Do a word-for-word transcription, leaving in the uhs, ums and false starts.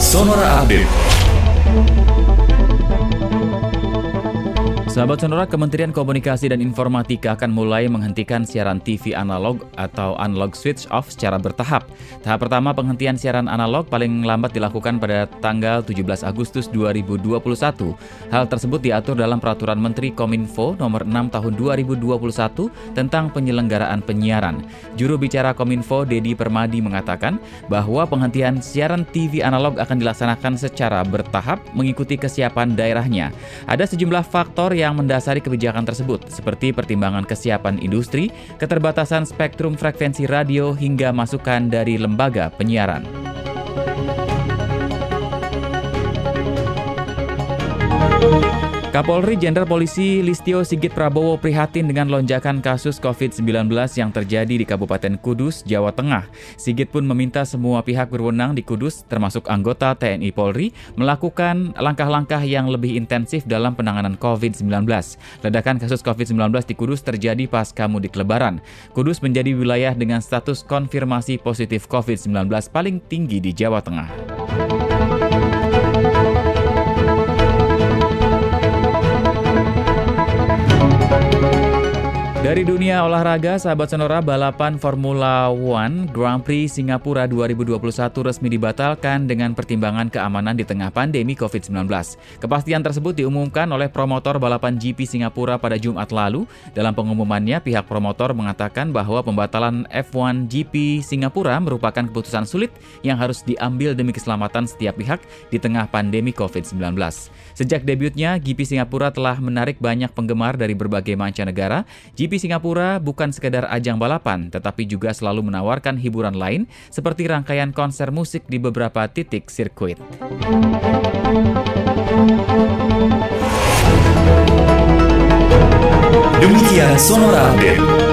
Sonora Update. Sahabat Sonora, Kementerian Komunikasi dan Informatika akan mulai menghentikan siaran T V analog atau analog switch off secara bertahap. Tahap pertama penghentian siaran analog paling lambat dilakukan pada tanggal tujuh belas Agustus dua ribu dua puluh satu. Hal tersebut diatur dalam Peraturan Menteri Kominfo nomor enam tahun dua ribu dua puluh satu tentang penyelenggaraan penyiaran. Juru bicara Kominfo, Dedi Permadi, mengatakan bahwa penghentian siaran T V analog akan dilaksanakan secara bertahap mengikuti kesiapan daerahnya. Ada sejumlah faktor yang mendasari kebijakan tersebut, seperti pertimbangan kesiapan industri, keterbatasan spektrum frekuensi radio, hingga masukan dari lembaga penyiaran. Kapolri Jenderal Polisi Listio Sigit Prabowo prihatin dengan lonjakan kasus covid sembilan belas yang terjadi di Kabupaten Kudus, Jawa Tengah. Sigit pun meminta semua pihak berwenang di Kudus, termasuk anggota T N I Polri, melakukan langkah-langkah yang lebih intensif dalam penanganan covid sembilan belas. Ledakan kasus covid sembilan belas di Kudus terjadi pasca mudik Lebaran. Kudus menjadi wilayah dengan status konfirmasi positif covid sembilan belas paling tinggi di Jawa Tengah. Dari dunia olahraga, sahabat Sonora, balapan Formula One Grand Prix Singapura dua ribu dua puluh satu resmi dibatalkan dengan pertimbangan keamanan di tengah pandemi covid sembilan belas. Kepastian tersebut diumumkan oleh promotor balapan G P Singapura pada Jumat lalu. Dalam pengumumannya, pihak promotor mengatakan bahwa pembatalan F satu G P Singapura merupakan keputusan sulit yang harus diambil demi keselamatan setiap pihak di tengah pandemi covid sembilan belas. Sejak debutnya, G P Singapura telah menarik banyak penggemar dari berbagai mancanegara. G P Singapura bukan sekedar ajang balapan, tetapi juga selalu menawarkan hiburan lain seperti rangkaian konser musik di beberapa titik sirkuit. Demikian Sonora Update.